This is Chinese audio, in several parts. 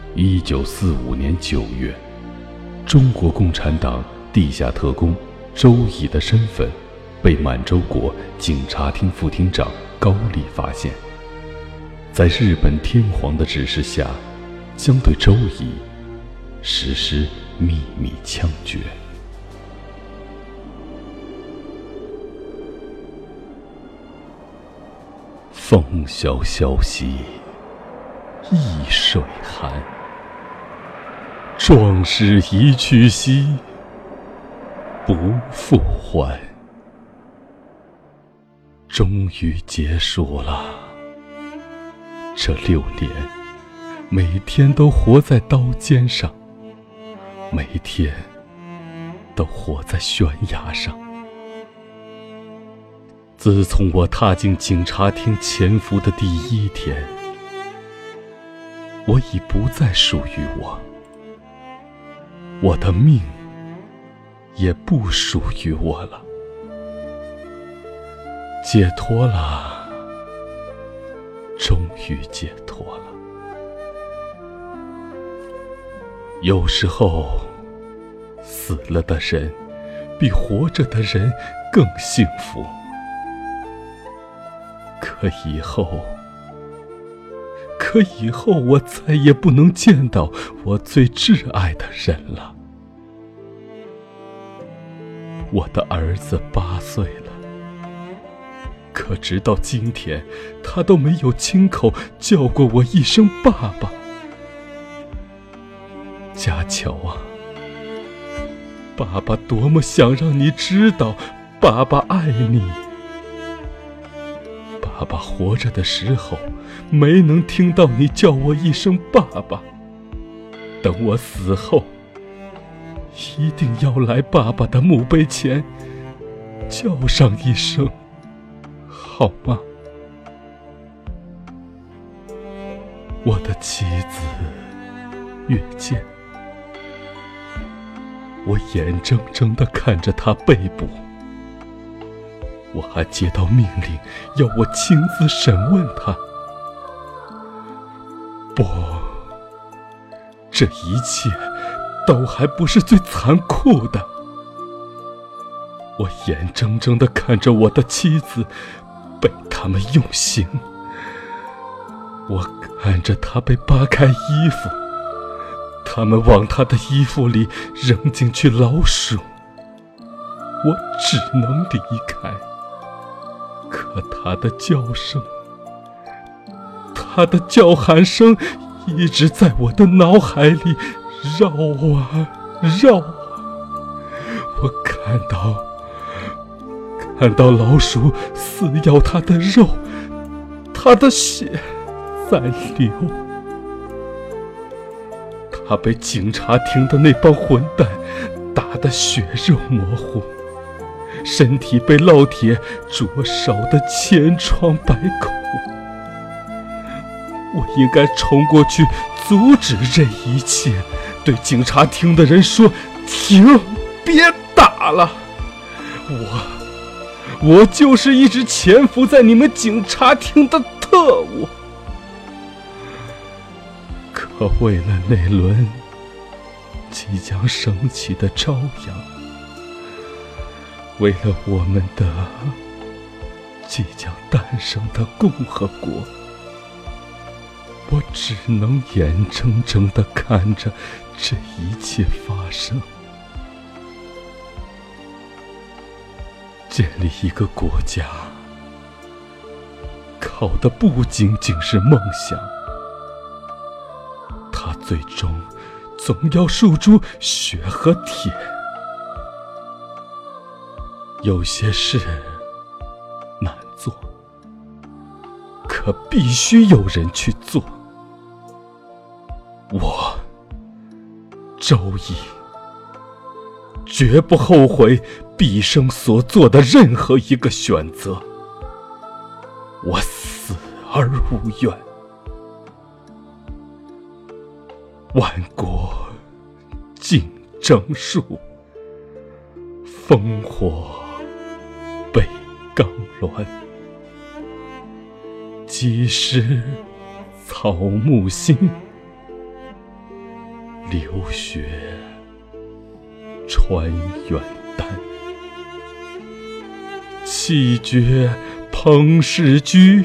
1945年9月，中国共产党地下特工周乙的身份被满洲国警察厅副厅长高丽发现，在日本天皇的指示下，将对周乙实施秘密枪决。风萧萧兮易水寒，壮士一去兮不复还。终于结束了，这6年，每天都活在刀尖上，每天都活在悬崖上。自从我踏进警察厅潜伏的第1天，我已不再属于我，我的命也不属于我了。解脱了，终于解脱了。有时候，死了的人比活着的人更幸福。可以后我再也不能见到我最挚爱的人了。我的儿子8岁了，可直到今天，他都没有亲口叫过我一声爸爸。家乔啊，爸爸多么想让你知道，爸爸爱你。爸爸活着的时候，没能听到你叫我一声爸爸。等我死后，一定要来爸爸的墓碑前，叫上一声，好吗？我的妻子月见，我眼睁睁地看着她被捕。我还接到命令，要我亲自审问他。不，这一切都还不是最残酷的。我眼睁睁地看着我的妻子被他们用刑，我看着她被扒开衣服，他们往她的衣服里扔进去老鼠，我只能离开。可他的叫声，他的叫喊声一直在我的脑海里绕啊绕啊。我看到老鼠撕咬他的肉，他的血在流。他被警察厅的那帮混蛋打得血肉模糊，身体被烙铁灼烧得千疮百孔。我应该冲过去阻止这一切，对警察厅的人说：停，别打了。我就是一直潜伏在你们警察厅的特务。可为了那轮即将升起的朝阳，为了我们的即将诞生的共和国，我只能眼睁睁地看着这一切发生。建立一个国家，靠的不仅仅是梦想，它最终总要诉诸血和铁。有些事难做，可必须有人去做。我周乙绝不后悔毕生所做的任何一个选择，我死而无怨。万国竞争术，烽火北冈峦。几时草木新， 流血穿远丹，气绝彭氏居，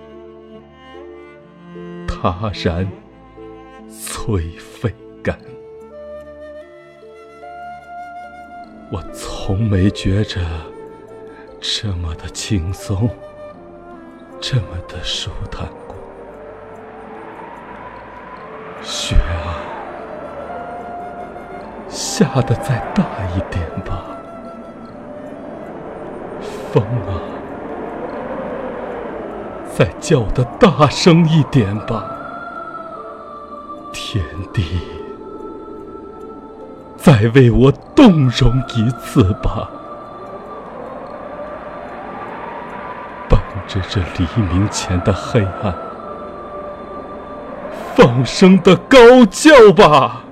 他燃翠肺肝。我从没觉着这么的轻松，这么的舒坦过。雪啊，下得再大一点吧。风啊，再叫得大声一点吧。天地，再为我动容一次吧。伴着这黎明前的黑暗，放声的高叫吧。